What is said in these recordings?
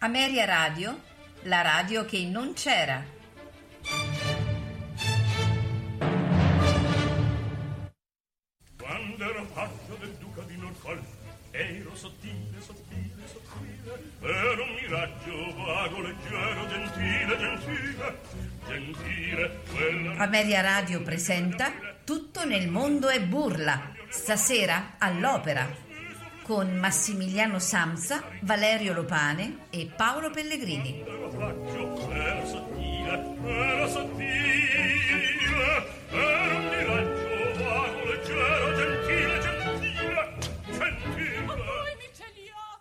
Ameria Radio, la radio che non c'era. Quando ero paggio del duca di Norfolk, ero sottile, sottile, sottile, ero un miraggio vago, leggero, gentile, gentile, gentile. Quella... Ameria Radio presenta Tutto nel mondo è burla, stasera all'Opera, con Massimiliano Samsa, Valerio Lopane e Paolo Pellegrini. Ero paggio, ero sottile, ero sottile, ero un miraggio vago, leggero, gentile, gentile, gentile. Ma poi mi ce li ho!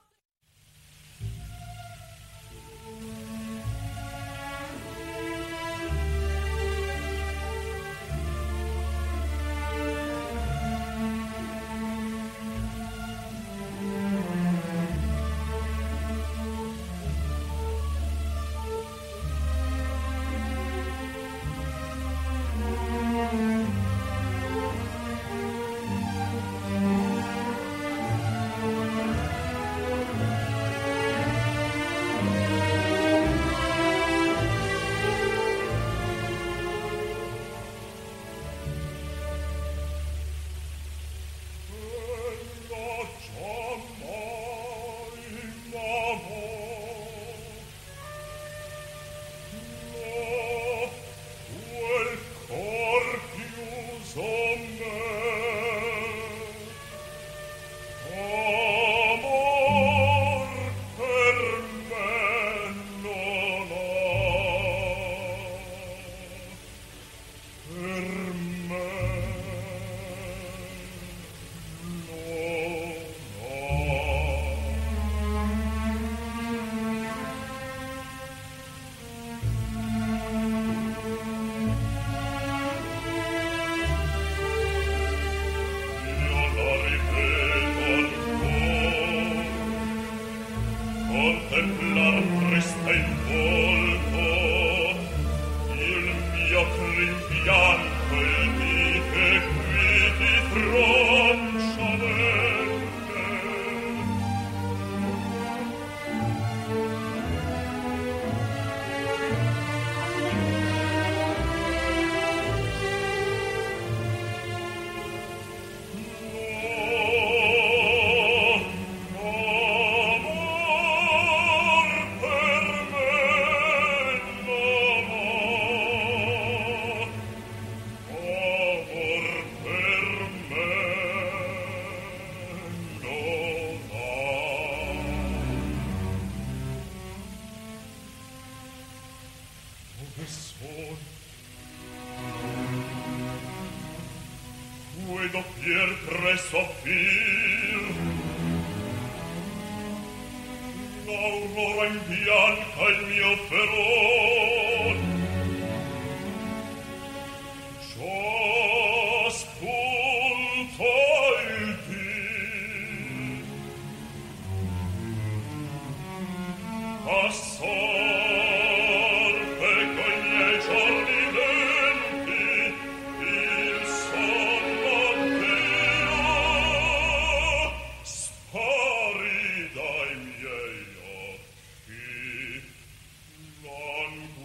Contemplar triste il volto, il mio crin bianco, il dite qui ti froncia mente. Doppier tre soffir, l'aurora imbianca il mio feron, ciascun fa il dì, passor coi miei giorni lenti, il sonno spari dai miei occhi, non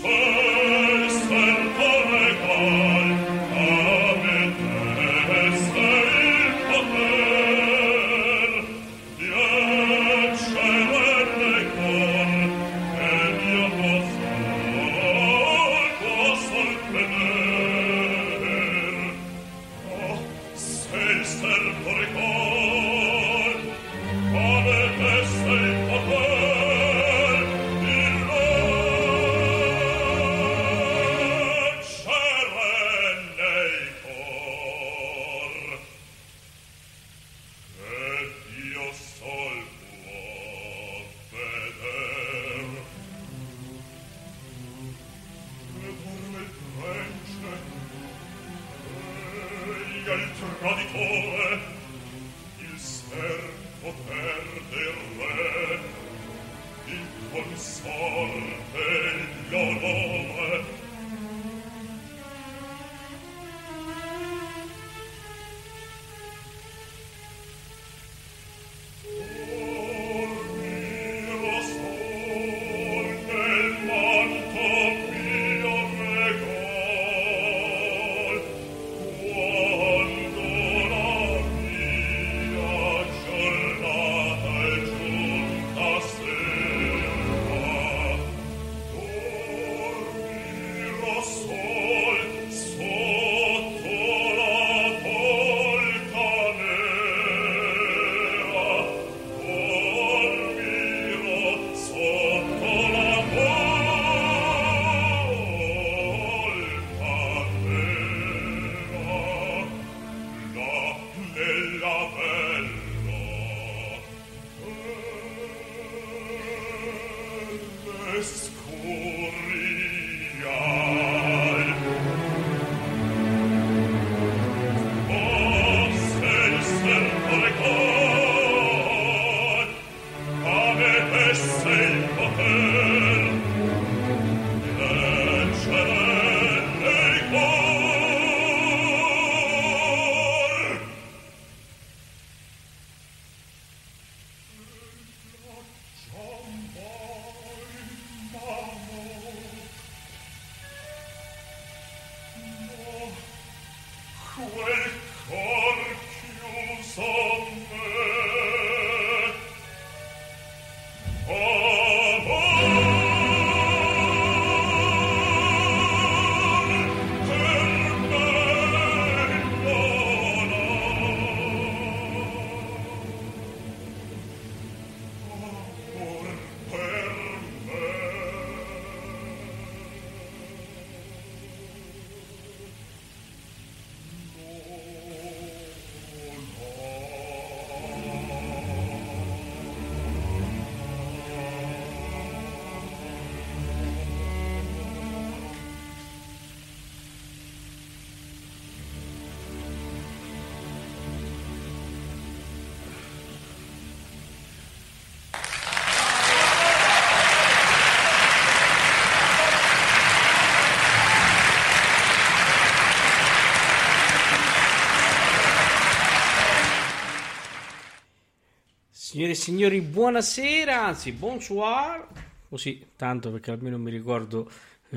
Signore e signori, buonasera, anzi, bonsoir, così, tanto perché almeno mi ricordo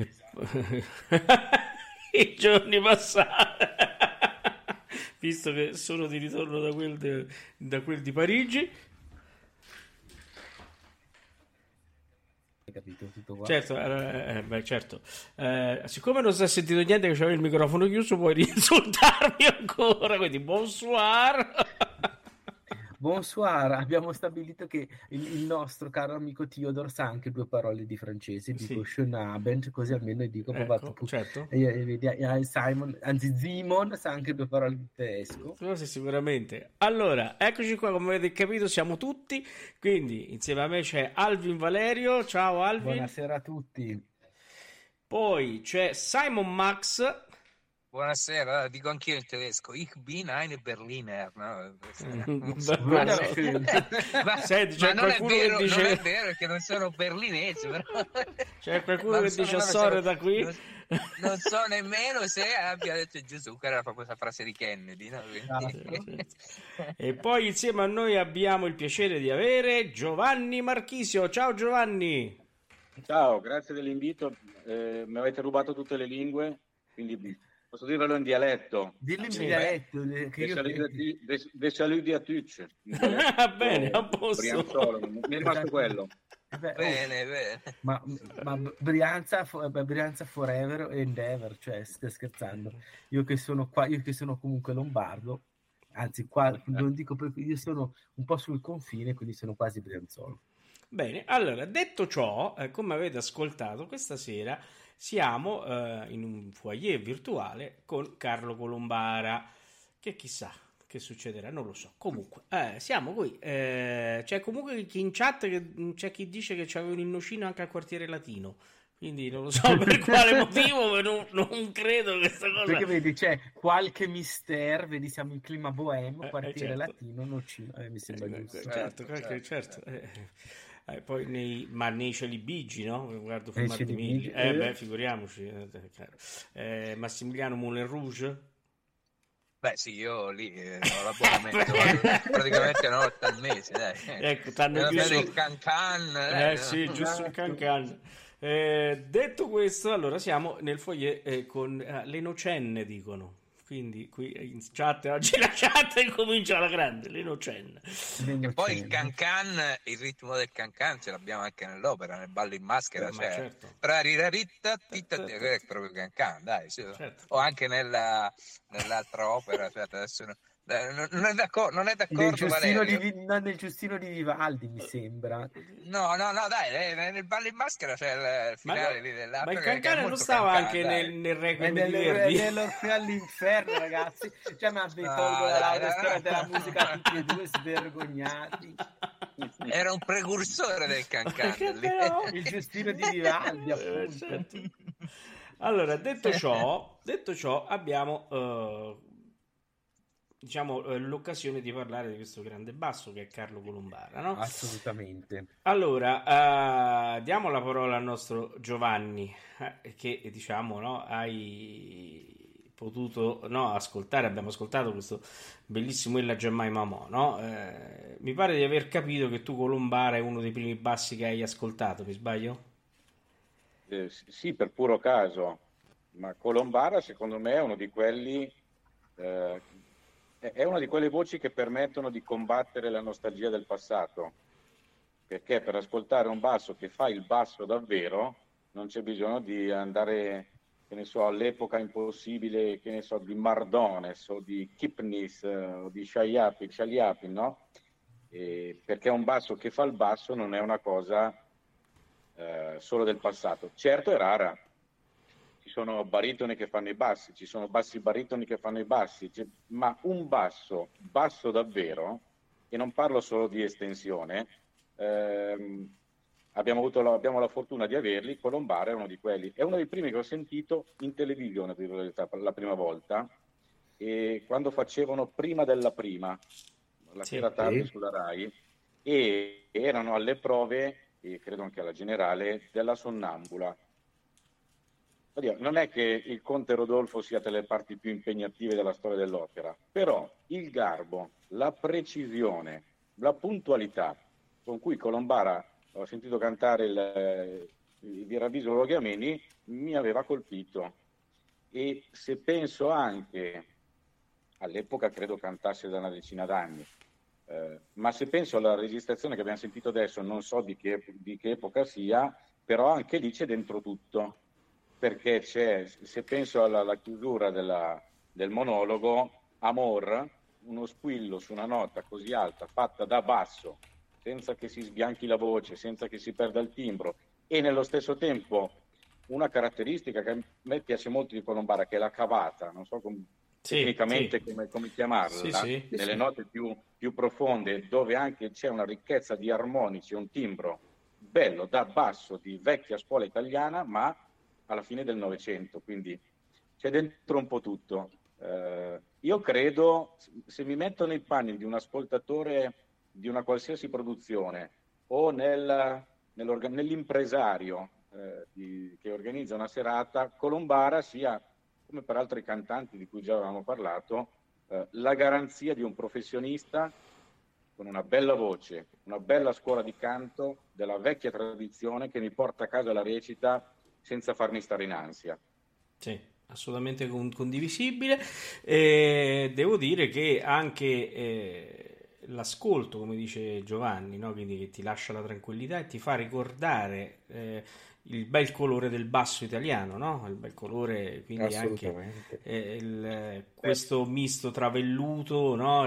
i giorni passati, visto che sono di ritorno da quel di Parigi. Capito, tutto qua. Certo, certo. Siccome non si è sentito niente che c'avevo il microfono chiuso, puoi riinsultarmi ancora, quindi bonsoir. Bonsoir, abbiamo stabilito che il nostro caro amico Theodore sa anche due parole di francese, dico schönen Abend, così almeno dico certo. Simon, anzi Simon sa anche due parole di tedesco. Sì, sicuramente. Allora, eccoci qua, come avete capito siamo tutti, quindi insieme a me c'è Alvin Valerio, ciao Alvin. Buonasera a tutti. Poi c'è Simon Max. Buonasera, dico anch'io in tedesco. Ich bin ein Berliner. No? Senti, c'è qualcuno che dice... Non è vero che non sono berlinese, però... C'è qualcuno che dice Sore da qui? Non so nemmeno se abbia detto giusto, quella era proprio questa frase di Kennedy. No? E poi insieme a noi abbiamo il piacere di avere Giovanni Marchisio. Ciao Giovanni! Ciao, grazie dell'invito. Mi avete rubato tutte le lingue, quindi posso dirvelo in dialetto. Dillo in Sì. dialetto, che io... De saluti a tutti. In Bene, a dialetto posto. brianzolo. Mi è rimasto quello. Bene. Ma Brianza, Brianza forever and ever, cioè stai scherzando? Io che sono qua, io che sono comunque lombardo, anzi qua non dico perché io sono un po' sul confine, quindi sono quasi brianzolo. Bene, allora, detto ciò, come avete ascoltato, questa sera siamo in un foyer virtuale con Carlo Colombara, che chissà che succederà, non lo so. Comunque, siamo qui. C'è comunque chi in chat, c'è chi dice che c'aveva un innocino anche al quartiere latino, quindi non lo so per quale motivo, ma non credo che questa cosa... Perché vedi, c'è qualche mister, vedi, siamo in clima boemo, quartiere certo. latino, nocino, mi sembra giusto. Certo. Poi nei Celibigi, no? Guardo Nei filmati Celibigi, beh, figuriamoci. Chiaro. Massimiliano Moulin Rouge? Beh sì, io lì ho l'abbonamento praticamente una volta al mese, dai. Ecco, t'hanno Per chiuso... il Cancan. sì, giusto il Cancan. Detto questo, allora siamo nel foyer con le nocenne, dicono. Quindi qui in chat, oggi la chat comincia alla grande, le nocenne. E poi il Cancan, il ritmo del Cancan ce l'abbiamo anche nell'opera, nel ballo in maschera, cioè certo. Trariraриtta, è proprio Cancan, dai, sì. Certo. O anche nell'altra opera, cioè, adesso non è d'accordo, nel Giustino Valerio. nel Giustino di Vivaldi, mi sembra. No, dai, nel ballo in maschera c'è il finale lì dell'altro. Ma il Cancan non stava anche nel Requiem di Verdi? Nell'Orfeo all'inferno, ragazzi. Cioè, ma vi tolgo la laurea storia della musica tutti e due svergognati. Era un precursore del Cancan. Il Giustino di Vivaldi, appunto. Certo. Allora, detto ciò, abbiamo l'occasione di parlare di questo grande basso che è Carlo Colombara, no? Assolutamente. Allora, diamo la parola al nostro Giovanni, che diciamo, no, hai potuto ascoltare, abbiamo ascoltato questo bellissimo Ella Giammai Mamò, no? Mi pare di aver capito che tu Colombara è uno dei primi bassi che hai ascoltato, mi sbaglio? Sì, per puro caso, ma Colombara secondo me è uno di quelli... è una di quelle voci che permettono di combattere la nostalgia del passato, perché per ascoltare un basso che fa il basso davvero non c'è bisogno di andare, che ne so, all'epoca impossibile, che ne so, di Mardones o di Kipnis o di Shaliapin, no? Perché un basso che fa il basso non è una cosa solo del passato. Certo è rara. Ci sono baritoni che fanno i bassi, ci sono bassi baritoni che fanno i bassi, ma un basso davvero, e non parlo solo di estensione, abbiamo la fortuna di averli. Colombara è uno di quelli, è uno dei primi che ho sentito in televisione per la prima volta, e quando facevano Prima della Prima, la sera tardi sulla Rai, e erano alle prove, e credo anche alla generale, della Sonnambula. Non è che il Conte Rodolfo sia tra le parti più impegnative della storia dell'opera, però il garbo, la precisione, la puntualità con cui Colombara, ho sentito cantare il Virabisio Logameni, mi aveva colpito. E se penso anche, all'epoca credo cantasse da una decina d'anni, ma se penso alla registrazione che abbiamo sentito adesso, non so di che epoca sia, però anche lì c'è dentro tutto. Perché se penso alla chiusura del monologo, Amor, uno squillo su una nota così alta, fatta da basso, senza che si sbianchi la voce, senza che si perda il timbro, e nello stesso tempo una caratteristica che a me piace molto di Colombara, che è la cavata, non so tecnicamente come chiamarla, nelle note più profonde, dove anche c'è una ricchezza di armonici, un timbro bello da basso di vecchia scuola italiana, ma alla fine del Novecento, quindi c'è dentro un po' tutto. Io credo, se mi metto nei panni di un ascoltatore di una qualsiasi produzione o nell'impresario che organizza una serata, Colombara sia, come per altri cantanti di cui già avevamo parlato, la garanzia di un professionista con una bella voce, una bella scuola di canto della vecchia tradizione che mi porta a casa la recita senza farmi stare in ansia. Sì, assolutamente condivisibile. Devo dire che anche l'ascolto, come dice Giovanni, no? Quindi che ti lascia la tranquillità e ti fa ricordare il bel colore del basso italiano, no? Il bel colore, quindi anche questo misto tra velluto, no?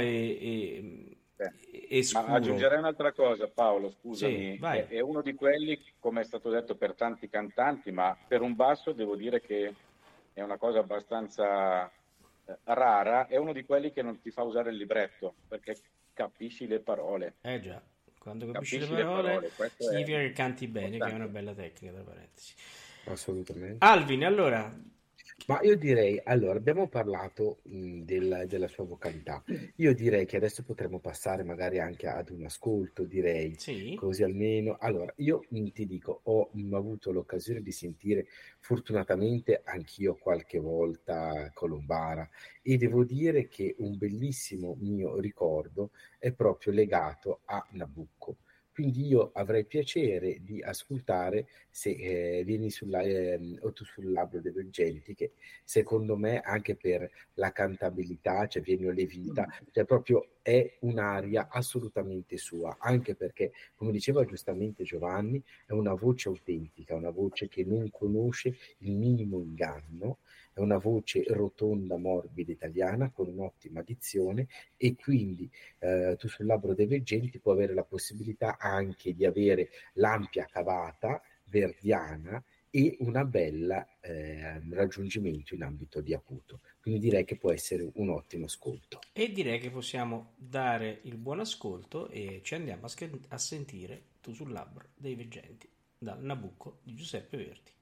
E Ma scuro. aggiungerei un'altra cosa, Paolo, scusami, Sì, vai. è uno di quelli, come è stato detto per tanti cantanti, ma per un basso devo dire che è una cosa abbastanza rara, è uno di quelli che non ti fa usare il libretto, perché capisci le parole. Già, quando capisci le parole questo significa è che canti bene, che è una importante. bella tecnica, tra parentesi. Assolutamente. Alvin, allora, Ma io direi, allora, abbiamo parlato della sua vocalità. Io direi che adesso potremmo passare magari anche ad un ascolto, direi, sì, così almeno. Allora, io ti dico, ho avuto l'occasione di sentire fortunatamente anch'io qualche volta Colombara e devo dire che un bellissimo mio ricordo è proprio legato a Nabucco. Quindi io avrei piacere di ascoltare se vieni o tu sul labbro dei veggenti, che secondo me anche per la cantabilità, cioè Vieni o le vita, cioè proprio è un'aria assolutamente sua, anche perché, come diceva giustamente Giovanni, è una voce autentica, una voce che non conosce il minimo inganno, è una voce rotonda, morbida, italiana, con un'ottima dizione e quindi tu sul labbro dei veggenti puoi avere la possibilità anche di avere l'ampia cavata verdiana e una bella raggiungimento in ambito di acuto. Quindi direi che può essere un ottimo ascolto. e direi che possiamo dare il buon ascolto e ci andiamo a sentire Tu sul labbro dei veggenti dal Nabucco di Giuseppe Verdi.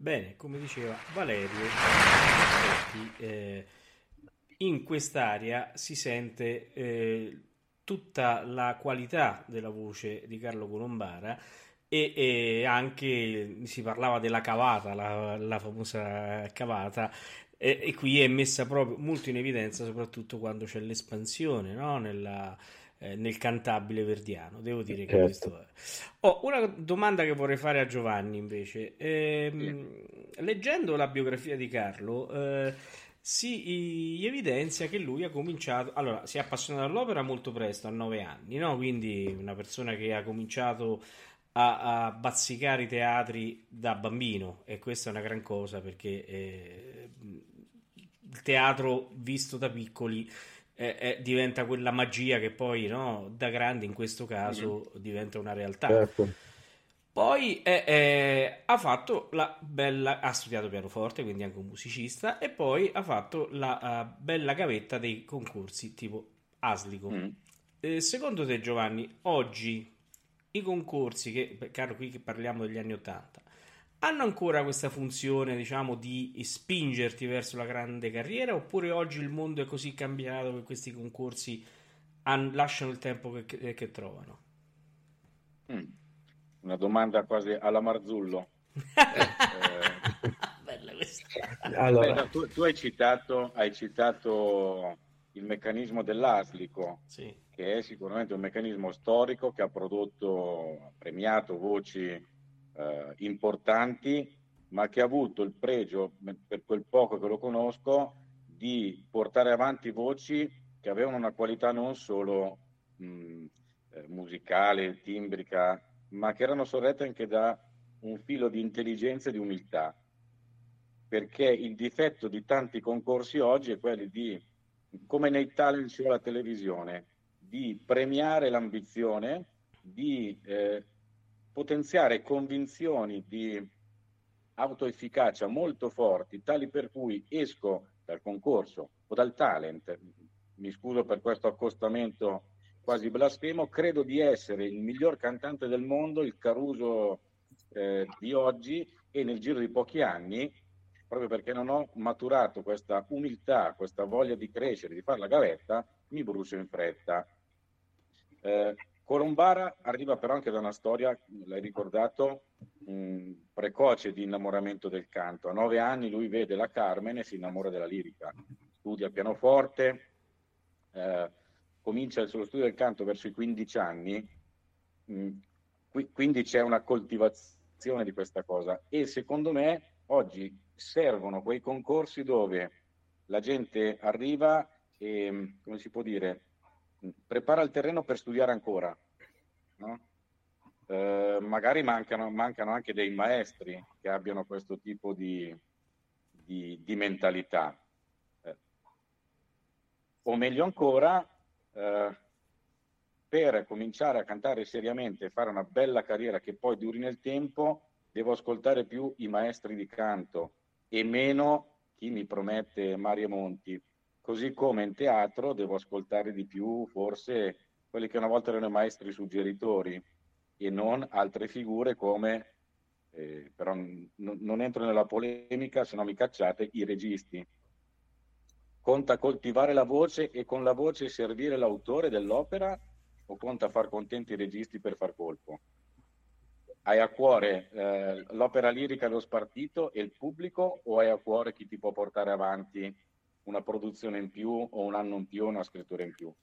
Bene, come diceva Valerio, in quest'area si sente tutta la qualità della voce di Carlo Colombara e anche si parlava della cavata, la famosa cavata, e qui è messa proprio molto in evidenza, soprattutto quando c'è l'espansione, no? Nel cantabile verdiano. Devo dire che questo è. Una domanda che vorrei fare a Giovanni invece. Leggendo la biografia di Carlo, si evidenzia che lui ha cominciato, allora, si è appassionato all'opera molto presto, a 9 anni, no? Quindi una persona che ha cominciato a bazzicare i teatri da bambino, e questa è una gran cosa perché il teatro visto da piccoli diventa quella magia che poi, no, da grandi in questo caso diventa una realtà. Certo. Poi ha fatto ha studiato pianoforte, quindi anche un musicista, e poi ha fatto la bella gavetta dei concorsi tipo Aslico. Secondo te, Giovanni, oggi i concorsi, Carlo, qui che parliamo degli anni '80, hanno ancora questa funzione, diciamo, di spingerti verso la grande carriera, oppure oggi il mondo è così cambiato che questi concorsi lasciano il tempo che trovano? Una domanda quasi alla Marzullo. Bella questa. Allora, Tu hai citato il meccanismo dell'Aslico, sì, che è sicuramente un meccanismo storico che ha premiato voci importanti, ma che ha avuto il pregio, per quel poco che lo conosco, di portare avanti voci che avevano una qualità non solo musicale, timbrica, ma che erano sorrette anche da un filo di intelligenza e di umiltà. Perché il difetto di tanti concorsi oggi è quello di, come nei talent show alla televisione, di premiare l'ambizione, di potenziare convinzioni di autoefficacia molto forti, tali per cui esco dal concorso o dal talent, mi scuso per questo accostamento quasi blasfemo, credo di essere il miglior cantante del mondo, il Caruso di oggi, e nel giro di pochi anni, proprio perché non ho maturato questa umiltà, questa voglia di crescere, di fare la gavetta, mi brucio in fretta. Colombara arriva però anche da una storia, l'hai ricordato, precoce di innamoramento del canto. A 9 anni lui vede la Carmen e si innamora della lirica, studia pianoforte, comincia il suo studio del canto verso i 15 anni, quindi c'è una coltivazione di questa cosa, e secondo me oggi servono quei concorsi dove la gente arriva e, come si può dire, prepara il terreno per studiare ancora, no? Magari mancano anche dei maestri che abbiano questo tipo di mentalità, o meglio ancora, per cominciare a cantare seriamente e fare una bella carriera che poi duri nel tempo, devo ascoltare più i maestri di canto e meno chi mi promette Mario Monti. Così come in teatro devo ascoltare di più forse quelli che una volta erano i maestri suggeritori e non altre figure come, però non entro nella polemica, se no mi cacciate, i registi. Conta coltivare la voce e con la voce servire l'autore dell'opera, o conta far contenti i registi per far colpo? Hai a cuore l'opera lirica dello spartito e il pubblico, o hai a cuore chi ti può portare avanti una produzione in più o un anno in più, una scrittura in più?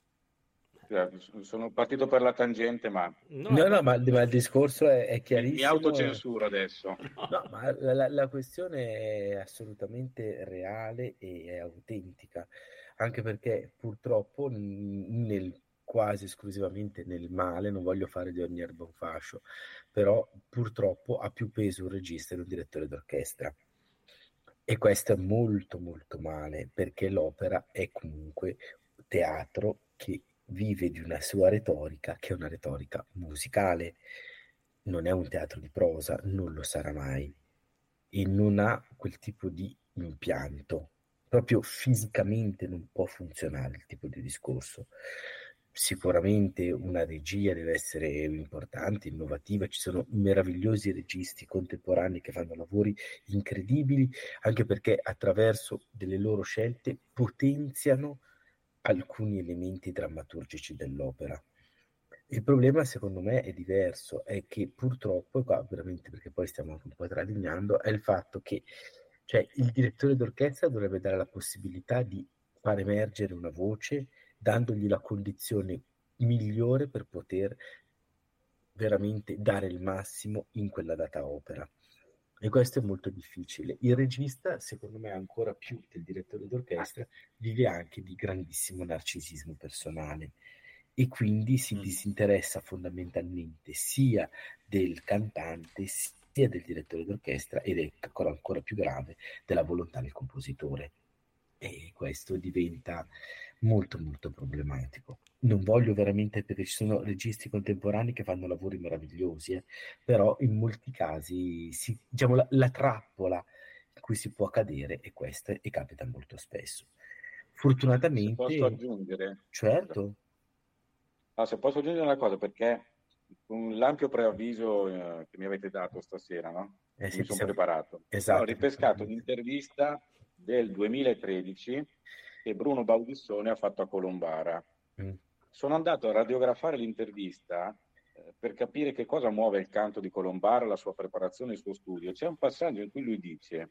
Sono partito per la tangente, ma ma il discorso è chiarissimo. mi autocensuro adesso. No, ma la questione è assolutamente reale e è autentica, anche perché purtroppo quasi esclusivamente nel male, non voglio fare di ogni erba un fascio, però purtroppo ha più peso un regista e un direttore d'orchestra. E questo è molto molto male, perché l'opera è comunque teatro che vive di una sua retorica, che è una retorica musicale, non è un teatro di prosa, non lo sarà mai, e non ha quel tipo di impianto, proprio fisicamente non può funzionare il tipo di discorso. sicuramente una regia deve essere importante, innovativa, ci sono meravigliosi registi contemporanei che fanno lavori incredibili, anche perché attraverso delle loro scelte potenziano alcuni elementi drammaturgici dell'opera. Il problema secondo me è diverso, è che purtroppo, qua veramente perché poi stiamo anche un po' tralignando, è il fatto che cioè, il direttore d'orchestra dovrebbe dare la possibilità di far emergere una voce dandogli la condizione migliore per poter veramente dare il massimo in quella data opera. E questo è molto difficile. Il regista, secondo me, ancora più del direttore d'orchestra, vive anche di grandissimo narcisismo personale e quindi si disinteressa fondamentalmente sia del cantante sia del direttore d'orchestra ed è ancora più grave della volontà del compositore. E questo diventa molto molto problematico. Non voglio veramente, perché ci sono registi contemporanei che fanno lavori meravigliosi, però in molti casi diciamo, la trappola in cui si può cadere è questa e capita molto spesso. Se Fortunatamente, posso aggiungere, certo, se posso aggiungere una cosa, perché con l'ampio preavviso che mi avete dato stasera, no? sì, Mi sono preparato. esatto, Ho ripescato un'intervista del 2013 che Bruno Baudissone ha fatto a Colombara. Sono andato a radiografare l'intervista per capire che cosa muove il canto di Colombara, la sua preparazione, il suo studio. C'è un passaggio in cui lui dice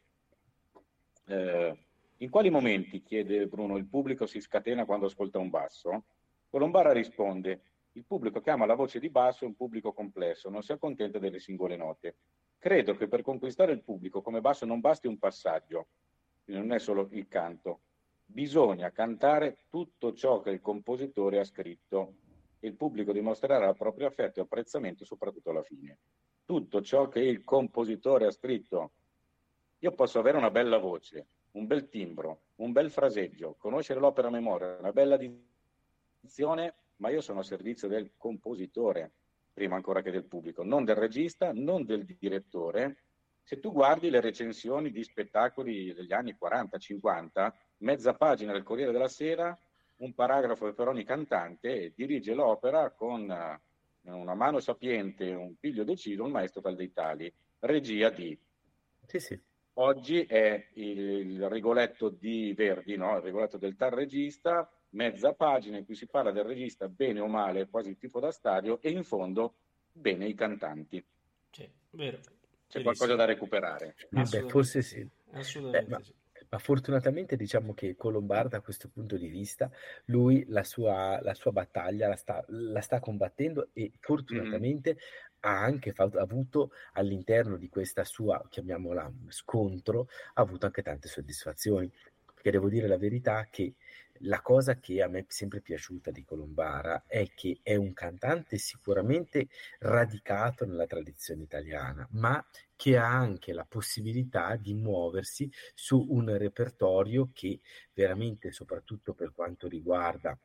in quali momenti, chiede Bruno, il pubblico si scatena quando ascolta un basso? Colombara risponde: il pubblico che ama la voce di basso è un pubblico complesso, non si accontenta delle singole note. Credo che per conquistare il pubblico come basso non basti un passaggio, non è solo il canto, bisogna cantare tutto ciò che il compositore ha scritto e il pubblico dimostrerà il proprio affetto e apprezzamento soprattutto alla fine. Tutto ciò che il compositore ha scritto. Io posso avere una bella voce, un bel timbro, un bel fraseggio, conoscere l'opera a memoria, una bella dizione, ma io sono a servizio del compositore, prima ancora che del pubblico, non del regista, non del direttore. Se tu guardi le recensioni di spettacoli degli anni 40-50, mezza pagina del Corriere della Sera, un paragrafo per ogni cantante, dirige l'opera con una mano sapiente, un piglio deciso, un maestro tal dei tali, regia di... Sì. Oggi è il Rigoletto di Verdi, no? Il Rigoletto del tal regista, mezza pagina in cui si parla del regista bene o male, quasi tipo da stadio, e in fondo bene i cantanti. Sì, vero. C'è qualcosa da recuperare. Forse sì. Assolutamente sì. Ma fortunatamente diciamo che Colombard da questo punto di vista, lui la sua battaglia la sta combattendo e fortunatamente ha anche avuto all'interno di questa sua, chiamiamola scontro, ha avuto anche tante soddisfazioni. Perché devo dire la verità che la cosa che a me è sempre piaciuta di Colombara è che è un cantante sicuramente radicato nella tradizione italiana, ma che ha anche la possibilità di muoversi su un repertorio che veramente, soprattutto per quanto riguarda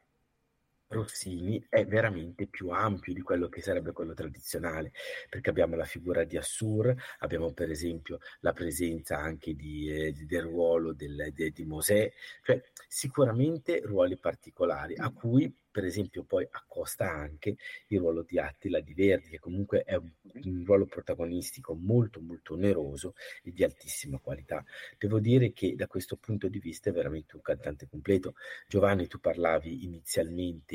Rossini, è veramente più ampio di quello che sarebbe quello tradizionale, perché abbiamo la figura di Assur, abbiamo per esempio la presenza anche del ruolo di Mosè, cioè sicuramente ruoli particolari a cui per esempio poi accosta anche il ruolo di Attila di Verdi, che comunque è un ruolo protagonistico molto molto oneroso e di altissima qualità. Devo dire che da questo punto di vista è veramente un cantante completo. Giovanni, tu parlavi inizialmente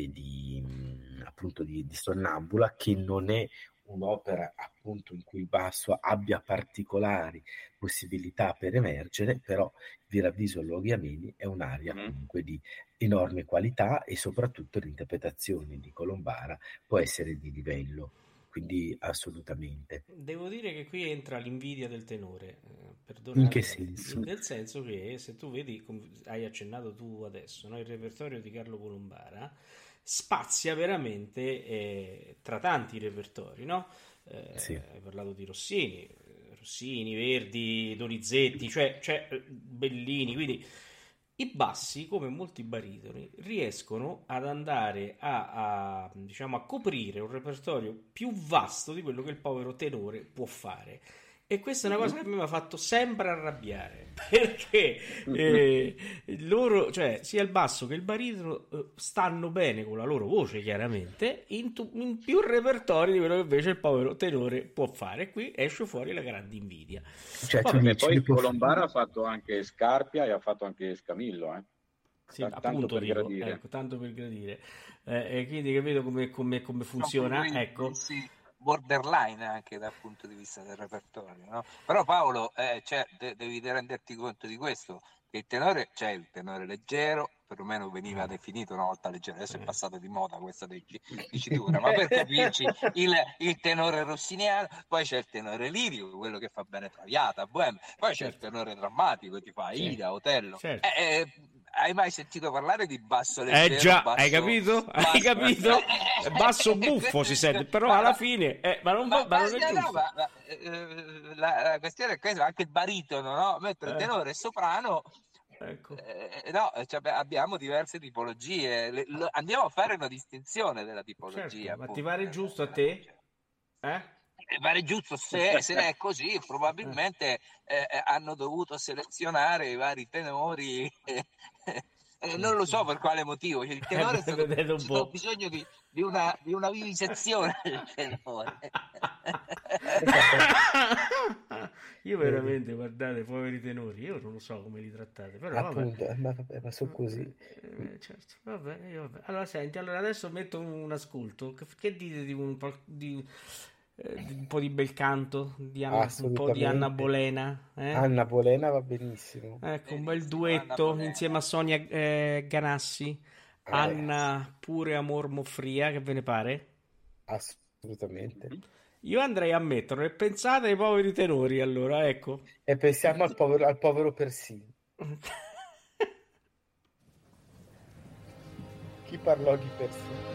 appunto di Sonnambula, che non è un'opera appunto in cui il basso abbia particolari possibilità per emergere, però vi ravviso luoghi ameni è un'aria comunque di enorme qualità e soprattutto l'interpretazione di Colombara può essere di livello, quindi assolutamente. Devo dire che qui entra l'invidia del tenore, perdonate. In che senso? Nel senso che se tu vedi, come hai accennato tu adesso, no, il repertorio di Carlo Colombara spazia veramente tra tanti repertori, no? Sì. Hai parlato di Rossini, Verdi, Donizetti, cioè Bellini, quindi i bassi, come molti baritoni, riescono ad andare diciamo, a coprire un repertorio più vasto di quello che il povero tenore può fare. E questa è una cosa che mi ha fatto sempre arrabbiare, perché loro, cioè sia il basso che il baritono stanno bene con la loro voce, chiaramente, in più repertori di quello che invece il povero tenore può fare. Qui esce fuori la grande invidia. Cioè, tu Vabbè, dici, poi può- Colombara ha fatto anche Scarpia e ha fatto anche Scamillo, Sì, tanto appunto per dico, gradire. ecco, tanto per gradire. E quindi capito come funziona, Sono ecco. sì, borderline anche dal punto di vista del repertorio, no? Però Paolo, cioè, devi renderti conto di questo, che il tenore, c'è il tenore leggero, perlomeno veniva definito una volta leggero, adesso è passato di moda questa dicitura, ma per capirci il tenore rossiniano, poi c'è il tenore lirico, quello che fa bene Traviata, Bohème, poi c'è il Certo. tenore drammatico, ti fa Aida, Otello. Certo. Hai mai sentito parlare di basso leggero? Già, basso, hai capito? Hai basso- capito? Basso buffo si sente, però alla fine, ma non è giusto. La questione è questa, anche il baritono, no? Mentre il tenore e soprano, Ecco. no, cioè, abbiamo diverse tipologie. Andiamo a fare una distinzione della tipologia. Certo, ma ti appunto, pare giusto a te? pare giusto, se è così, probabilmente hanno dovuto selezionare i vari tenori. Non lo so per quale motivo. Il tenore vedete un po'. ho bisogno di una vivisezione del tenore. Io veramente, guardate, poveri tenori, io non lo so come li trattate, però vabbè. appunto, ma sono così. Certo, vabbè. Allora senti, adesso metto un ascolto. Che dite di un po' di bel canto, un po' di Assolutamente. Anna Bolena? Anna Bolena va benissimo. Ecco, un bel Benissimo, Anna duetto Bolena. insieme a Sonia Ganassi. Anna pure Amor Moffria, che ve ne pare? Assolutamente. Io andrei a metterlo e pensate ai poveri tenori, allora, ecco. E pensiamo al povero Persino. Chi parlò di Persino?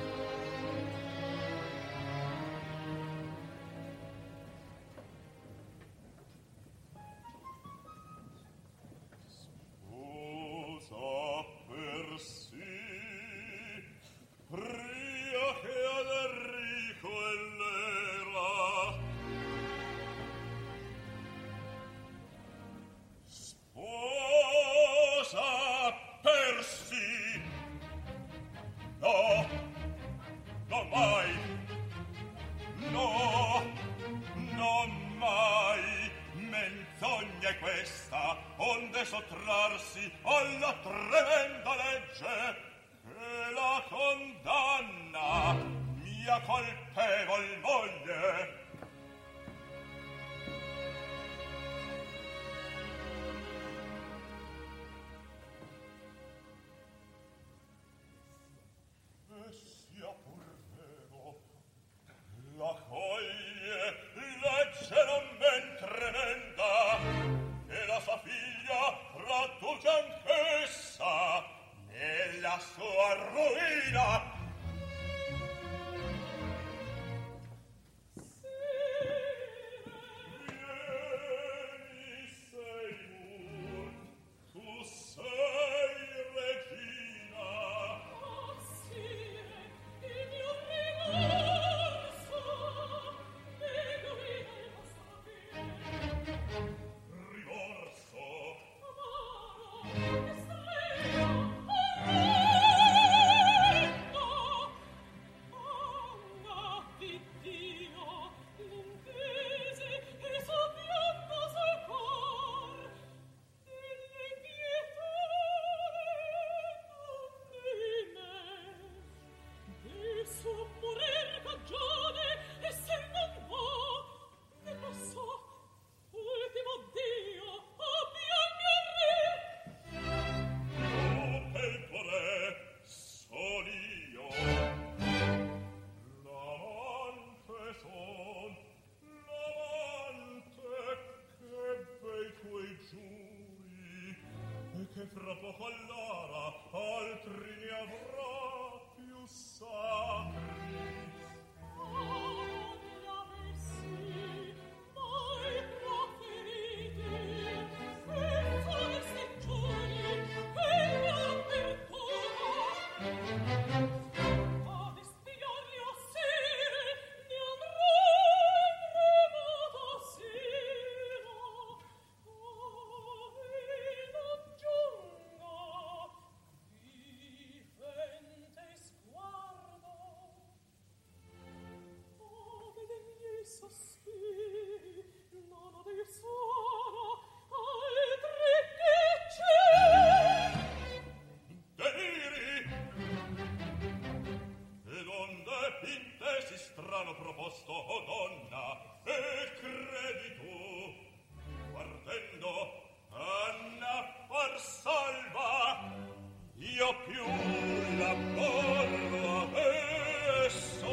Sposa per sì, pria che ad Enrico e l'era. Sposa per sì, no, che si strano proposto, o donna, e credi tu, partendo, Anna far salva, io più l'abborro adesso,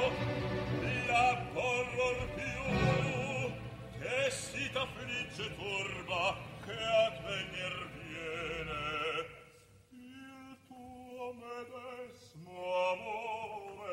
l'abborror più, che si t'affligge turba, che a venir viene il tuo medesimo amore.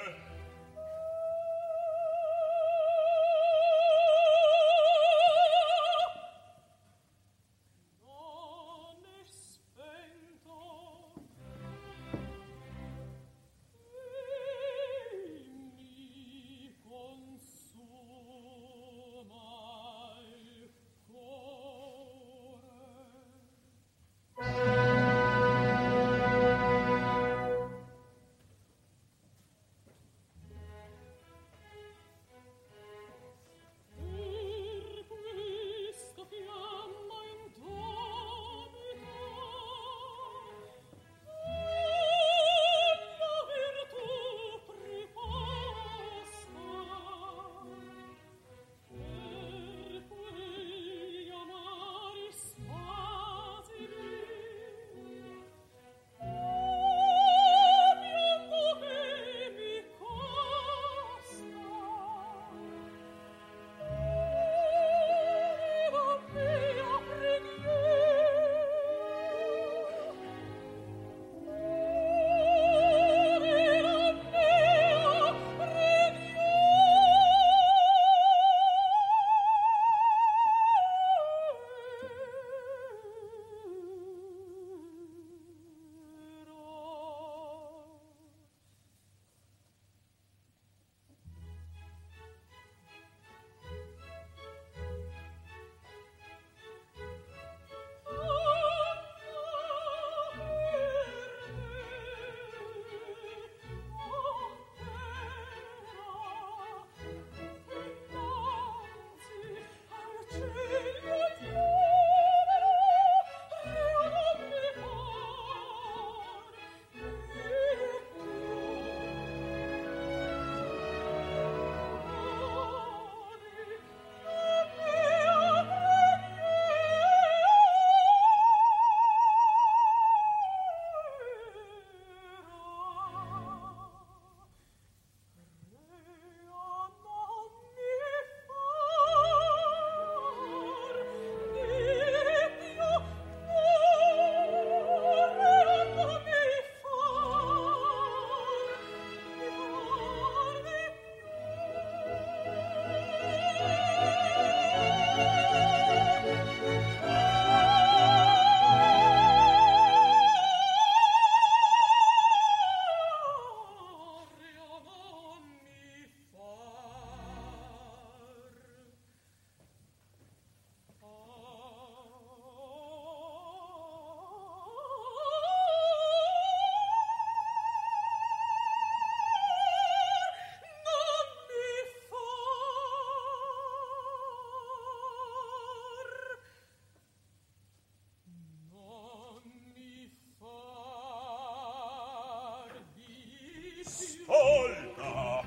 Ascolta,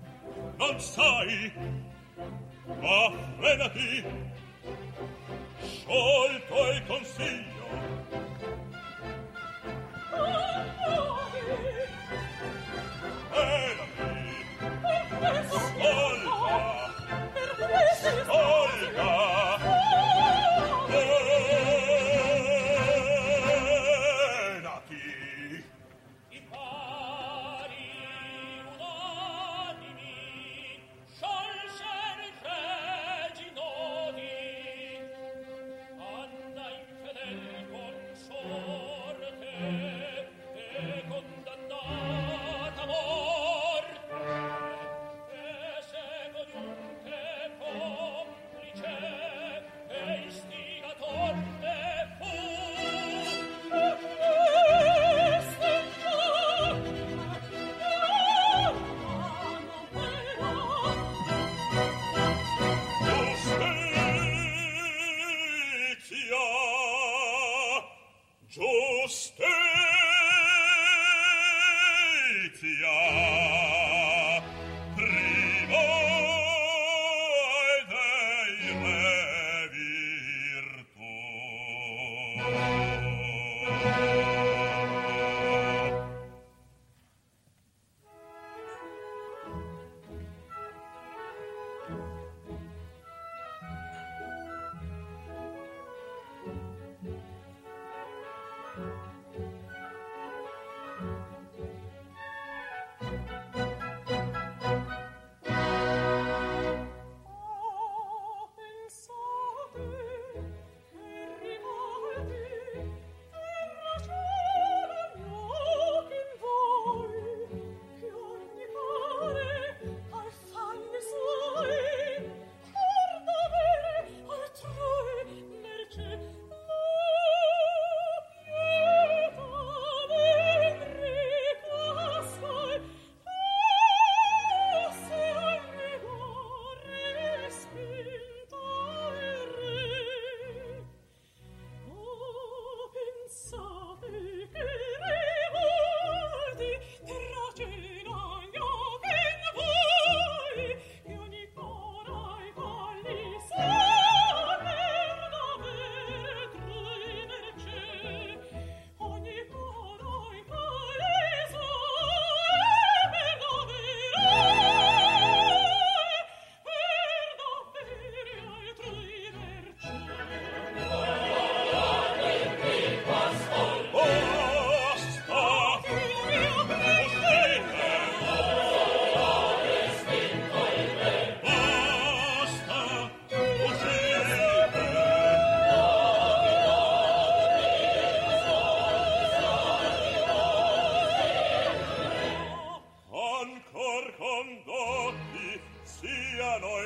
non sai, ma frenati, sciolto il consiglio. Frenati, ascolta, ascolta. Giustizia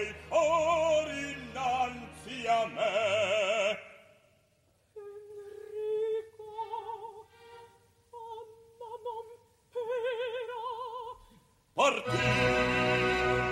suoi or innanzi a me. Enrico, mamma non pera, partite.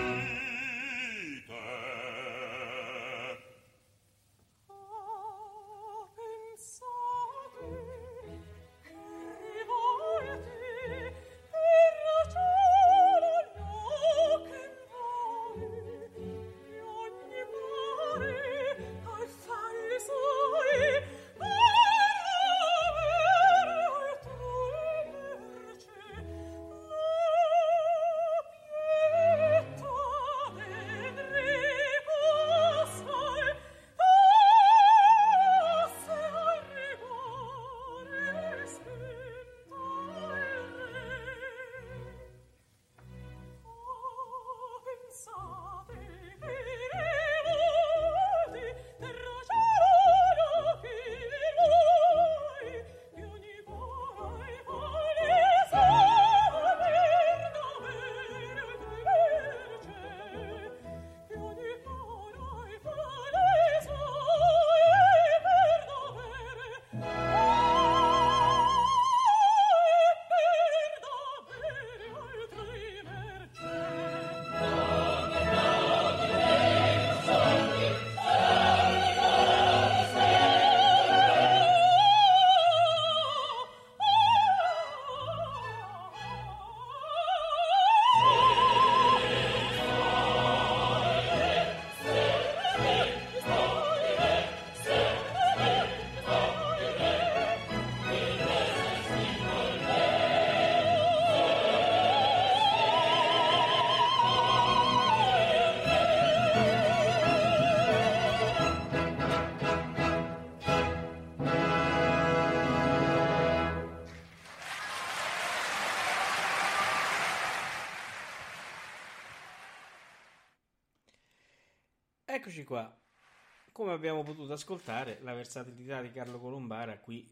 Eccoci qua. Come abbiamo potuto ascoltare, la versatilità di Carlo Colombara qui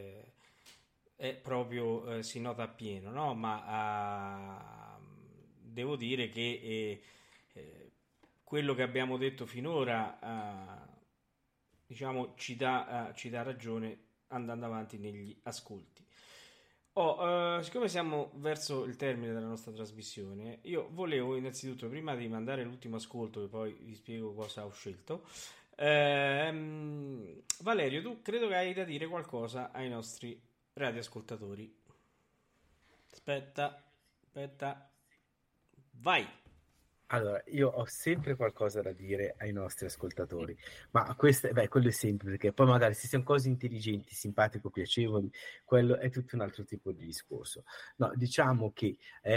è proprio si nota appieno, no? Ma devo dire che quello che abbiamo detto finora diciamo ci dà ragione andando avanti negli ascolti. Siccome siamo verso il termine della nostra trasmissione, io volevo innanzitutto, prima di mandare l'ultimo ascolto, che poi vi spiego cosa ho scelto, Valerio, tu credo che hai da dire qualcosa ai nostri radioascoltatori. Aspetta, vai. Allora, io ho sempre qualcosa da dire ai nostri ascoltatori, ma questo, quello è sempre, perché poi magari se siamo cose intelligenti, simpatico, piacevoli, quello è tutto un altro tipo di discorso. No, diciamo che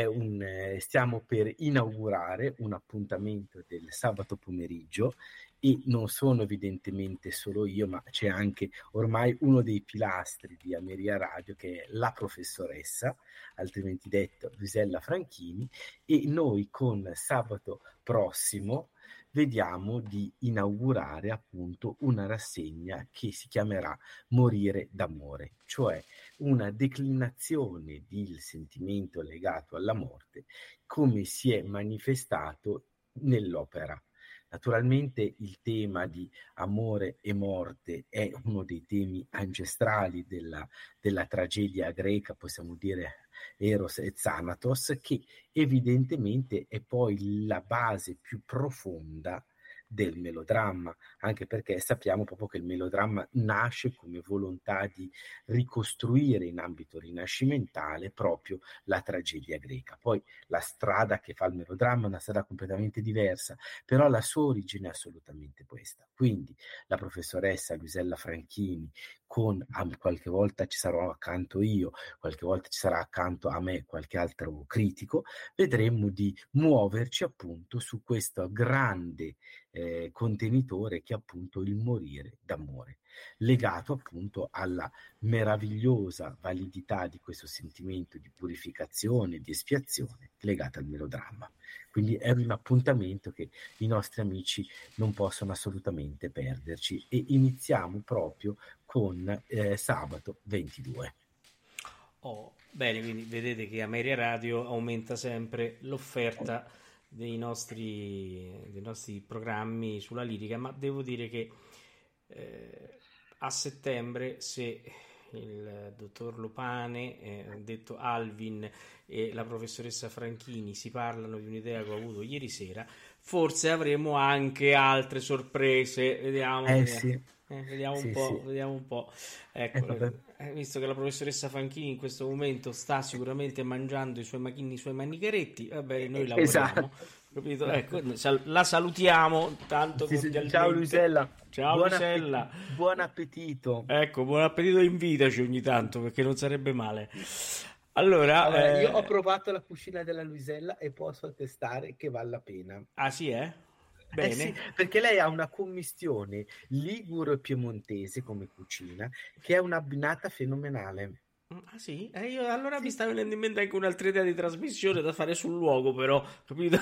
stiamo per inaugurare un appuntamento del sabato pomeriggio e non sono evidentemente solo io, ma c'è anche ormai uno dei pilastri di Ameria Radio, che è la professoressa, altrimenti detto Luisella Franchini, e noi con sabato prossimo vediamo di inaugurare appunto una rassegna che si chiamerà Morire d'amore, cioè una declinazione del sentimento legato alla morte come si è manifestato nell'opera. Naturalmente il tema di amore e morte è uno dei temi ancestrali della tragedia greca, possiamo dire Eros e Thanatos, che evidentemente è poi la base più profonda del melodramma, anche perché sappiamo proprio che il melodramma nasce come volontà di ricostruire in ambito rinascimentale proprio la tragedia greca. Poi la strada che fa il melodramma è una strada completamente diversa, però la sua origine è assolutamente questa. Quindi la professoressa Luisella Franchini, qualche volta ci sarò accanto io, qualche volta ci sarà accanto a me qualche altro critico, vedremo di muoverci appunto su questo grande contenitore che è appunto il morire d'amore, legato appunto alla meravigliosa validità di questo sentimento di purificazione, di espiazione legato al melodramma. Quindi è un appuntamento che i nostri amici non possono assolutamente perderci, e iniziamo proprio con sabato 22. Bene, quindi vedete che Ameria Radio aumenta sempre l'offerta dei nostri programmi sulla lirica, ma devo dire che a settembre, se il dottor Lopane, detto Alvin, e la professoressa Franchini si parlano di un'idea che ho avuto ieri sera, forse avremo anche altre sorprese. Vediamo. Sì. Vediamo un Sì, po', sì. vediamo un po'. Ecco, vabbè. visto che la professoressa Franchini in questo momento sta sicuramente mangiando i suoi manicheretti, va bene, noi lavoriamo. Esatto. Capito? Ecco, la salutiamo tanto Sì, cordialmente. ciao Luisella. Ciao Luisella. Buon appetito. Ecco, buon appetito, invitaci ogni tanto, perché non sarebbe male. Allora, io ho provato la cucina della Luisella e posso attestare che vale la pena. Ah sì, Bene. Sì, perché lei ha una commistione liguro-piemontese come cucina, che è un'abbinata fenomenale. Ah sì? Io allora mi stava venendo in mente anche un'altra idea di trasmissione da fare sul luogo, però, capito?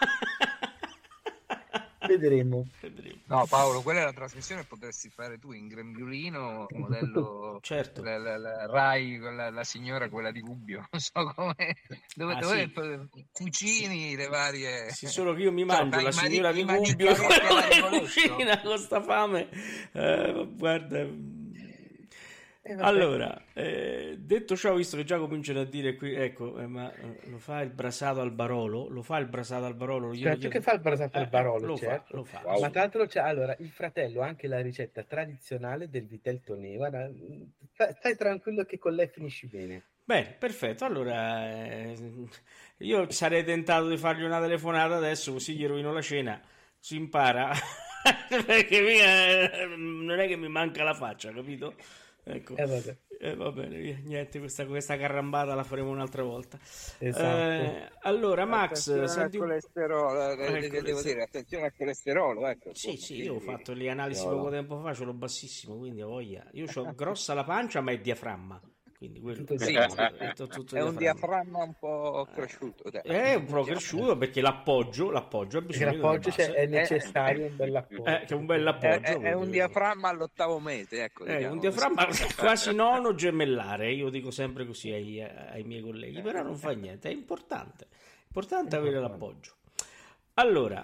Vedremo. No, Paolo, quella è la trasmissione che potresti fare tu in grembiulino, modello Certo. la Rai, la signora, quella di Gubbio, non so come, dove cucini le varie. Sì, solo che io mi mangio la signora di Gubbio cucina con sta fame. Guarda. Allora, detto ciò, visto che già cominciano a dire qui, ecco, ma lo fa il brasato al Barolo? Lo fa il brasato al Barolo? Certo che fa il brasato al Barolo, lo certo. Lo fa. Wow. Ma tra l'altro c'è, allora, il fratello ha anche la ricetta tradizionale del vitel toné. Guarda, stai tranquillo che con lei finisci bene. Bene, perfetto. Allora, io sarei tentato di fargli una telefonata adesso, così gli rovino la cena, si impara, perché non è che mi manca la faccia, capito? Ecco. Va bene, niente, questa carambata la faremo un'altra volta. Esatto. Allora, Max, attenzione al colesterolo, devo dire, attenzione al colesterolo, ecco. Sì, io ho fatto le analisi poco tempo fa, ce l'ho bassissimo, quindi ho voglia. Io ho grossa la pancia, ma è diaframma. Quindi quello Tutto è un diaframma un po' cresciuto. È un po' cresciuto perché l'appoggio ha bisogno l'appoggio è necessario un bel appoggio. Che un bel appoggio. È un diaframma all'8° mese, ecco. Un diaframma quasi nono gemellare, io dico sempre così ai miei colleghi, però non fa niente, è importante avere l'appoggio. Allora,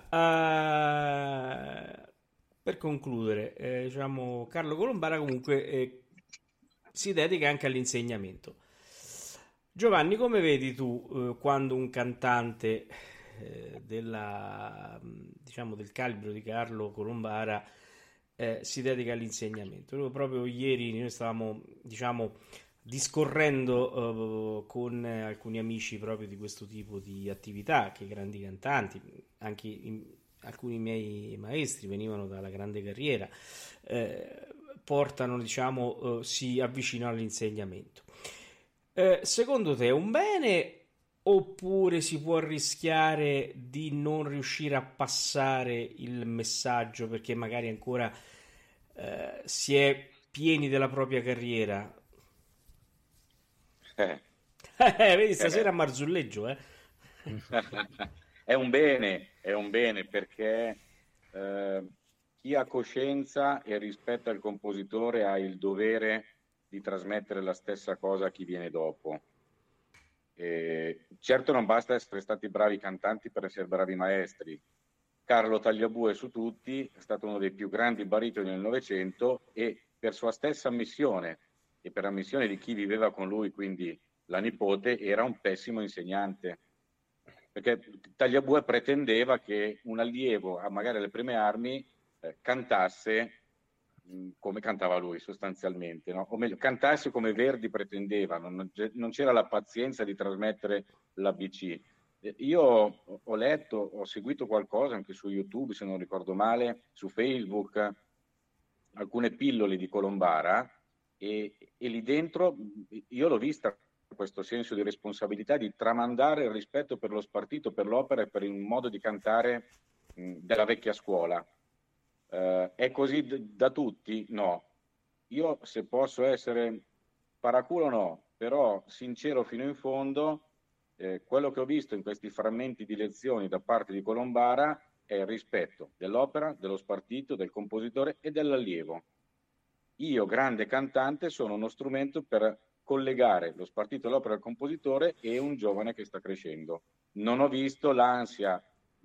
per concludere, diciamo, Carlo Colombara comunque si dedica anche all'insegnamento. Giovanni, come vedi tu quando un cantante del calibro di Carlo Colombara si dedica all'insegnamento? Proprio ieri noi stavamo, discorrendo con alcuni amici proprio di questo tipo di attività, che grandi cantanti, anche alcuni miei maestri venivano dalla grande carriera, portano, si avvicinano all'insegnamento. Secondo te è un bene, oppure si può rischiare di non riuscire a passare il messaggio perché magari ancora si è pieni della propria carriera? Vedi, stasera a Marzulleggio, È un bene perché chi ha coscienza e rispetta il compositore ha il dovere di trasmettere la stessa cosa a chi viene dopo. Certo non basta essere stati bravi cantanti per essere bravi maestri. Carlo Tagliabue su tutti è stato uno dei più grandi baritoni del Novecento e per sua stessa ammissione e per ammissione di chi viveva con lui, quindi la nipote, era un pessimo insegnante. Perché Tagliabue pretendeva che un allievo, magari alle prime armi, cantasse come cantava lui sostanzialmente, no? O meglio, cantasse come Verdi pretendeva, non c'era la pazienza di trasmettere l'ABC. Io ho letto, ho seguito qualcosa anche su YouTube, se non ricordo male, su Facebook, alcune pillole di Colombara e lì dentro io l'ho vista questo senso di responsabilità di tramandare il rispetto per lo spartito, per l'opera e per il modo di cantare della vecchia scuola. È così da tutti? No. Io, se posso essere paraculo, no, però sincero fino in fondo, quello che ho visto in questi frammenti di lezioni da parte di Colombara è il rispetto dell'opera, dello spartito, del compositore e dell'allievo. Io, grande cantante, sono uno strumento per collegare lo spartito, l'opera del compositore e un giovane che sta crescendo. Non ho visto l'ansia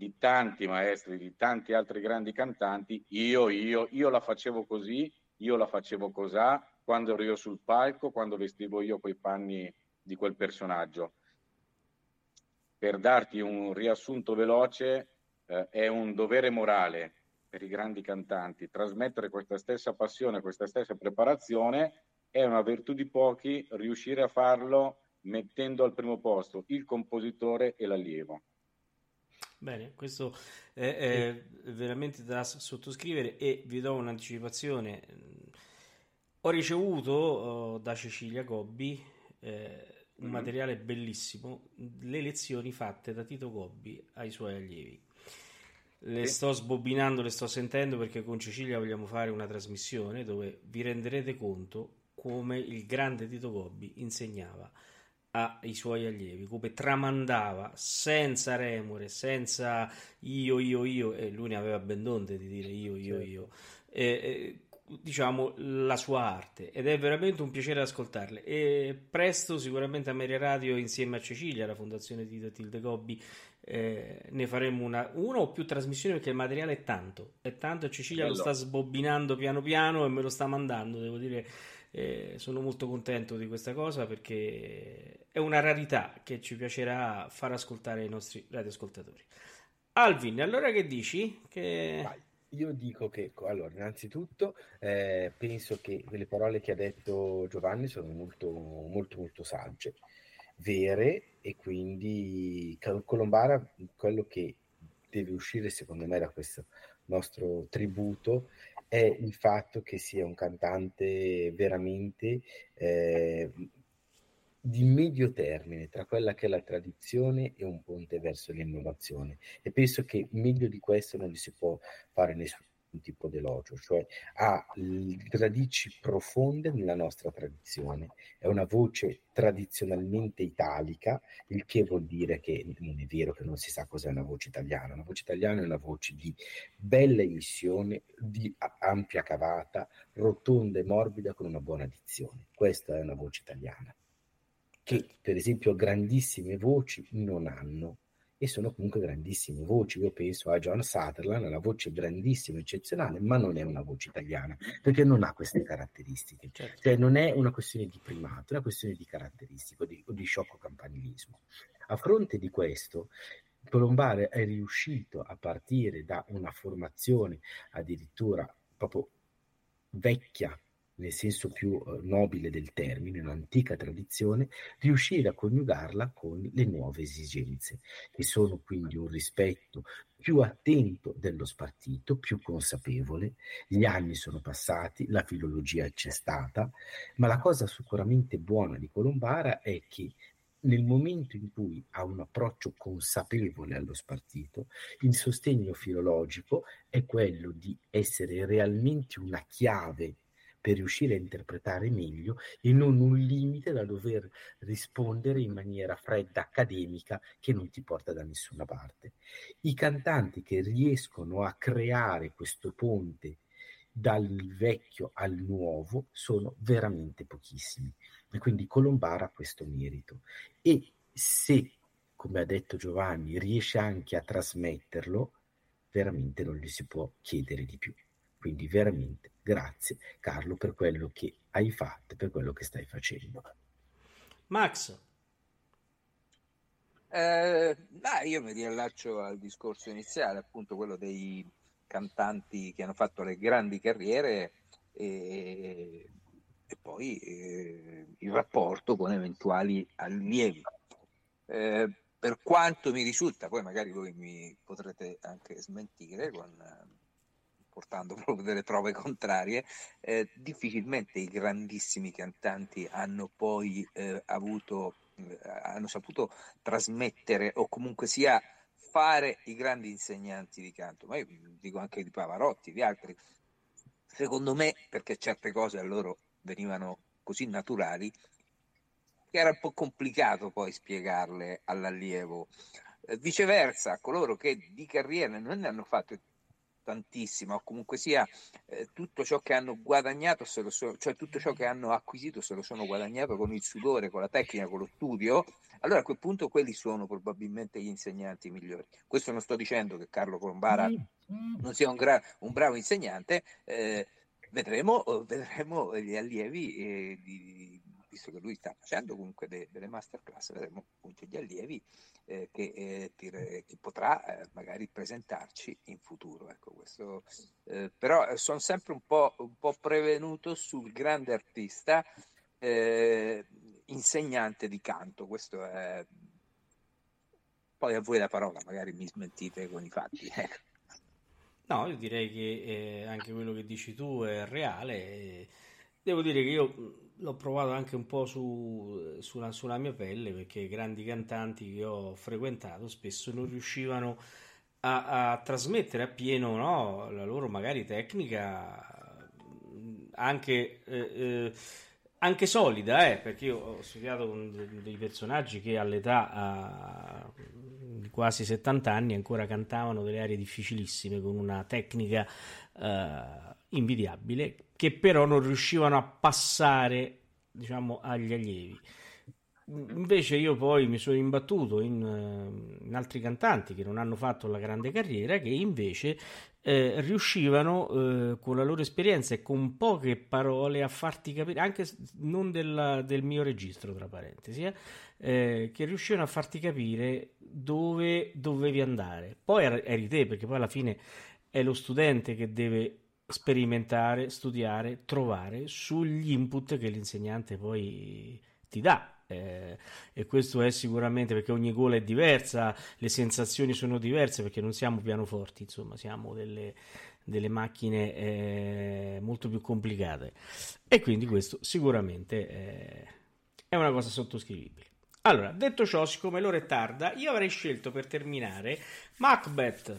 di tanti maestri, di tanti altri grandi cantanti, io la facevo così, io la facevo cosà, quando ero io sul palco, quando vestivo io quei panni di quel personaggio. Per darti un riassunto veloce, è un dovere morale per i grandi cantanti trasmettere questa stessa passione, questa stessa preparazione. È una virtù di pochi riuscire a farlo mettendo al primo posto il compositore e l'allievo. Bene, questo è veramente da sottoscrivere, e vi do un'anticipazione. Ho ricevuto da Cecilia Gobbi un materiale bellissimo, le lezioni fatte da Tito Gobbi ai suoi allievi. Le sto sbobinando, le sto sentendo, perché con Cecilia vogliamo fare una trasmissione dove vi renderete conto come il grande Tito Gobbi insegnava ai suoi allievi, come tramandava senza remore, senza io, e lui ne aveva ben donde di dire io, diciamo la sua arte, ed è veramente un piacere ascoltarle. E presto sicuramente a Media Radio, insieme a Cecilia, la fondazione di Tilde Gobbi, ne faremo una o più trasmissioni, perché il materiale è tanto, e Cecilia lo sta sbobinando piano piano e me lo sta mandando, devo dire. Sono molto contento di questa cosa, perché è una rarità che ci piacerà far ascoltare ai nostri radioascoltatori. Alvin, allora che dici? Io dico che, allora, innanzitutto penso che le parole che ha detto Giovanni sono molto, molto, molto sagge, vere, e quindi Colombara, quello che deve uscire secondo me da questo nostro tributo è il fatto che sia un cantante veramente di medio termine tra quella che è la tradizione e un ponte verso l'innovazione, e penso che meglio di questo non gli si può fare nessun tipo di elogio, cioè ha radici profonde nella nostra tradizione, è una voce tradizionalmente italica, il che vuol dire che non è vero che non si sa cos'è una voce italiana. Una voce italiana è una voce di bella emissione, di ampia cavata, rotonda e morbida, con una buona dizione. Questa è una voce italiana, che per esempio grandissime voci non hanno, e sono comunque grandissime voci. Io penso a John Sutherland, una voce grandissima, eccezionale, ma non è una voce italiana, perché non ha queste caratteristiche. Cioè non è una questione di primato, è una questione di caratteristico, o di sciocco campanilismo. A fronte di questo, Colombare è riuscito, a partire da una formazione addirittura proprio vecchia, nel senso più nobile del termine, un'antica tradizione, riuscire a coniugarla con le nuove esigenze, che sono quindi un rispetto più attento dello spartito, più consapevole. Gli anni sono passati, la filologia c'è stata, ma la cosa sicuramente buona di Colombara è che nel momento in cui ha un approccio consapevole allo spartito, il sostegno filologico è quello di essere realmente una chiave per riuscire a interpretare meglio, e non un limite da dover rispondere in maniera fredda, accademica, che non ti porta da nessuna parte. I cantanti che riescono a creare questo ponte dal vecchio al nuovo sono veramente pochissimi, e quindi Colombara ha questo merito. E se, come ha detto Giovanni, riesce anche a trasmetterlo, veramente non gli si può chiedere di più. Quindi veramente grazie Carlo per quello che hai fatto, per quello che stai facendo. Max? Io mi riallaccio al discorso iniziale, appunto quello dei cantanti che hanno fatto le grandi carriere, e poi il rapporto con eventuali allievi. Per quanto mi risulta, poi magari voi mi potrete anche smentire portando proprio delle prove contrarie, difficilmente i grandissimi cantanti hanno poi hanno saputo trasmettere, o comunque sia fare i grandi insegnanti di canto. Ma io dico anche di Pavarotti, di altri. Secondo me, perché certe cose a loro venivano così naturali, che era un po' complicato poi spiegarle all'allievo. Viceversa, coloro che di carriera non ne hanno fatto tantissimo, o comunque sia tutto ciò che hanno guadagnato, cioè tutto ciò che hanno acquisito se lo sono guadagnato con il sudore, con la tecnica, con lo studio, allora a quel punto quelli sono probabilmente gli insegnanti migliori. Questo non sto dicendo che Carlo Colombara non sia un bravo insegnante, vedremo gli allievi, visto che lui sta facendo comunque delle masterclass, vedremo appunto gli allievi che potrà magari presentarci in futuro. Ecco, questo, però sono sempre un po' prevenuto sul grande artista insegnante di canto. Questo è... Poi a voi la parola, magari mi smentite con i fatti. No, io direi che anche quello che dici tu è reale. Devo dire che io l'ho provato anche un po' sulla mia pelle, perché grandi cantanti che ho frequentato spesso non riuscivano a trasmettere appieno, no, la loro magari tecnica anche solida, perché io ho studiato con dei personaggi che all'età di quasi 70 anni ancora cantavano delle arie difficilissime con una tecnica invidiabile, che però non riuscivano a passare, diciamo, agli allievi. Invece io poi mi sono imbattuto in altri cantanti che non hanno fatto la grande carriera, che invece riuscivano con la loro esperienza e con poche parole a farti capire, anche non del mio registro, tra parentesi, che riuscivano a farti capire dove dovevi andare. Poi eri te, perché poi alla fine è lo studente che deve sperimentare, studiare, trovare sugli input che l'insegnante poi ti dà. E questo è sicuramente perché ogni gola è diversa, le sensazioni sono diverse, perché non siamo pianoforti, insomma, siamo delle macchine molto più complicate, e quindi questo sicuramente è una cosa sottoscrivibile. Allora, detto ciò, siccome l'ora è tarda, io avrei scelto per terminare Macbeth.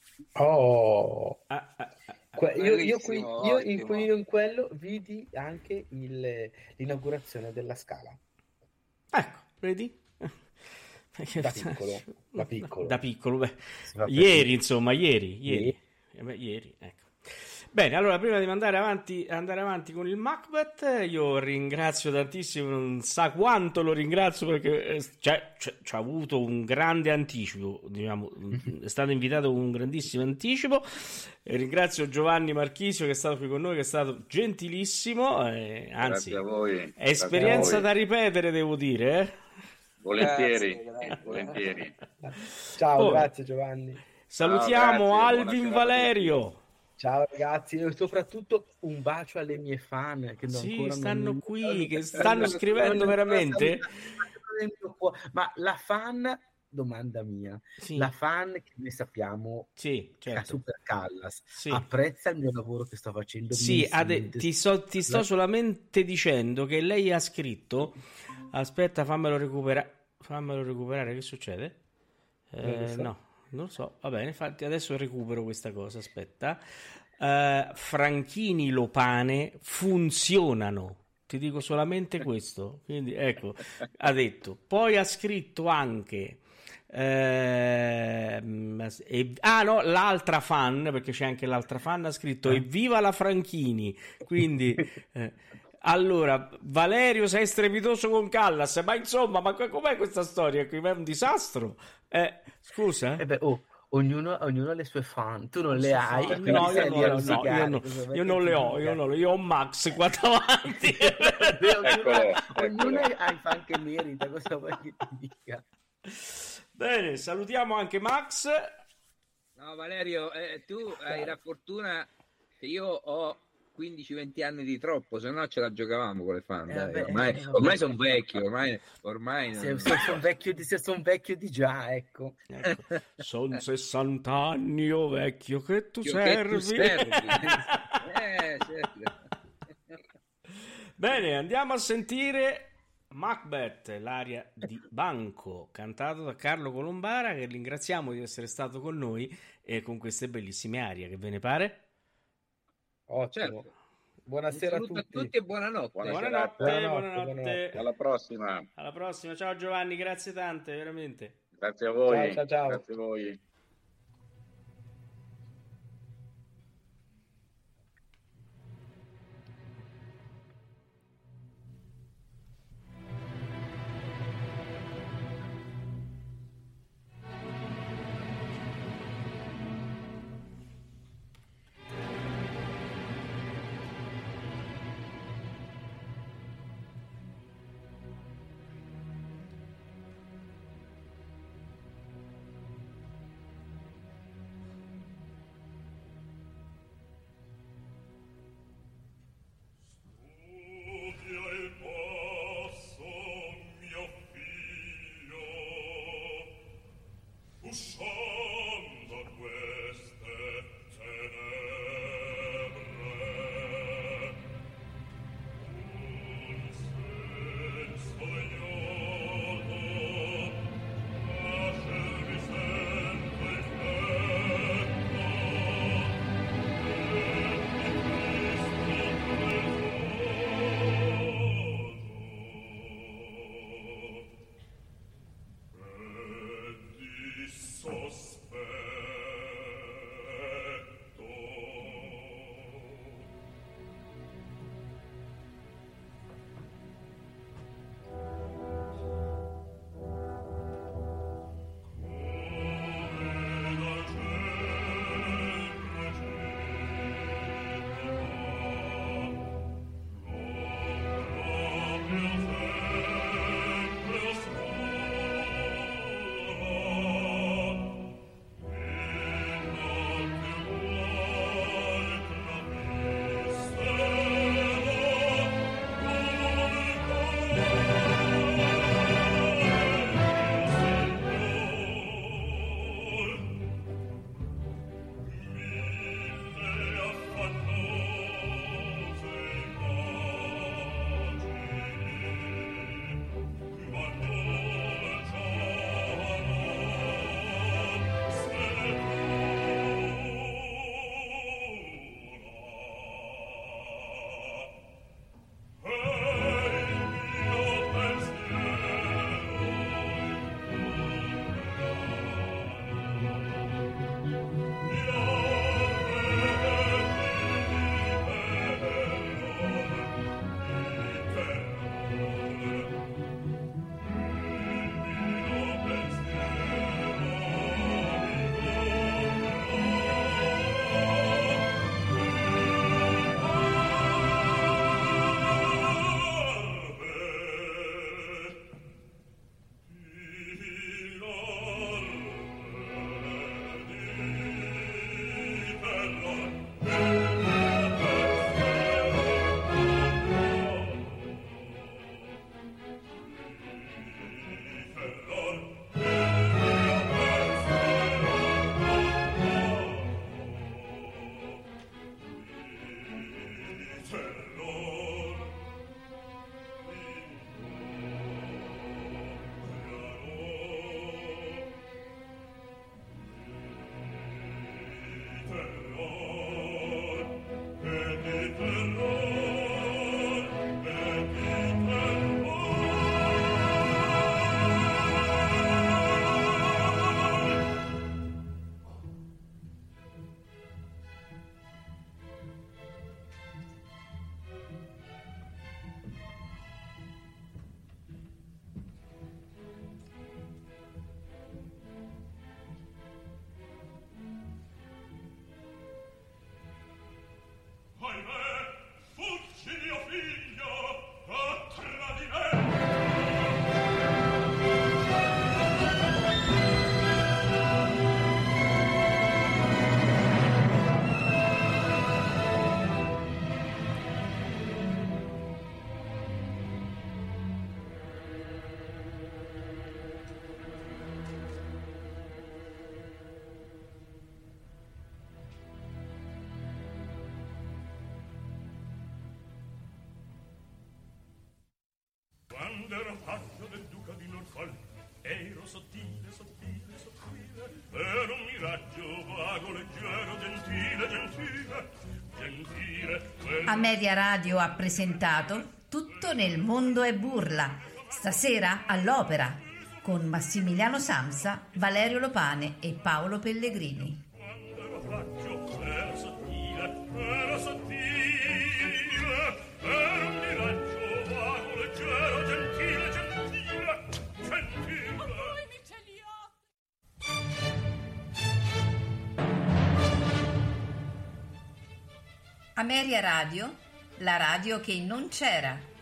Io in quello vidi anche l'inaugurazione della Scala. Ecco, vedi? Da piccolo. Beh. Ieri, ecco. Bene, allora prima di andare avanti con il Macbeth, io ringrazio tantissimo, non sa quanto lo ringrazio, perché c'ha avuto un grande anticipo, diciamo, è stato invitato con un grandissimo anticipo, e ringrazio Giovanni Marchisio che è stato qui con noi, che è stato gentilissimo, anzi, Grazie a voi. È esperienza da ripetere, devo dire. Volentieri. Ciao, Poi, grazie Giovanni. Salutiamo Ciao, grazie, Alvin buona serata a Valerio. Ciao ragazzi, e soprattutto un bacio alle mie fan che Sì, stanno qui, che stanno scrivendo veramente. Ma la fan, domanda mia, Sì. la fan che noi sappiamo, Sì, certo. Super Callas, Sì. apprezza il mio lavoro che sto facendo? Sì, ti sto solamente dicendo che lei ha scritto, aspetta, fammelo recuperare, che succede? No. Non lo so, va bene, infatti adesso recupero questa cosa, aspetta. Franchini Lopane funzionano, ti dico solamente questo, quindi ecco, ha detto. Poi ha scritto anche l'altra fan, perché c'è anche l'altra fan, ha scritto evviva la Franchini, quindi allora, Valerio, sei strepitoso con Callas, ma insomma, ma com'è questa storia qui? È un disastro. Scusa? Ognuno ha le sue fan, tu non le hai. No, io non le ho, io ho Max qua davanti. Ognuno ha i fan che merita, cosa vuoi che ti dica? Bene, salutiamo anche Max. No, Valerio, tu hai la fortuna che io ho 15-20 anni di troppo, se no ce la giocavamo con le fan. Ormai sono vecchio, ormai sono vecchio di già, ecco. Sono 60 anni, oh vecchio, che tu servi. Certo. Bene, andiamo a sentire Macbeth, l'aria di Banco, cantato da Carlo Colombara, che ringraziamo di essere stato con noi e con queste bellissime arie. Che ve ne pare? Ottimo. Certo. Buonasera a tutti e buonanotte. Buonanotte. Alla prossima. Alla prossima. Ciao Giovanni, grazie tante, veramente. Grazie a voi. Ciao. Grazie a voi. Quand'ero paggio del duca di Norfolk, ero sottile, sottile, sottile, ero un miraggio vago, leggero, gentile, gentile, gentile. Ameria Radio ha presentato Tutto nel mondo è burla, stasera all'Opera, con Massimiliano Samsa, Valerio Lopane e Paolo Pellegrini. Quand'ero paggio, ero sottile, ero sottile, ero un miraggio vago, leggero, gentile, gentile, gentile. Ameria Radio, la radio che non c'era.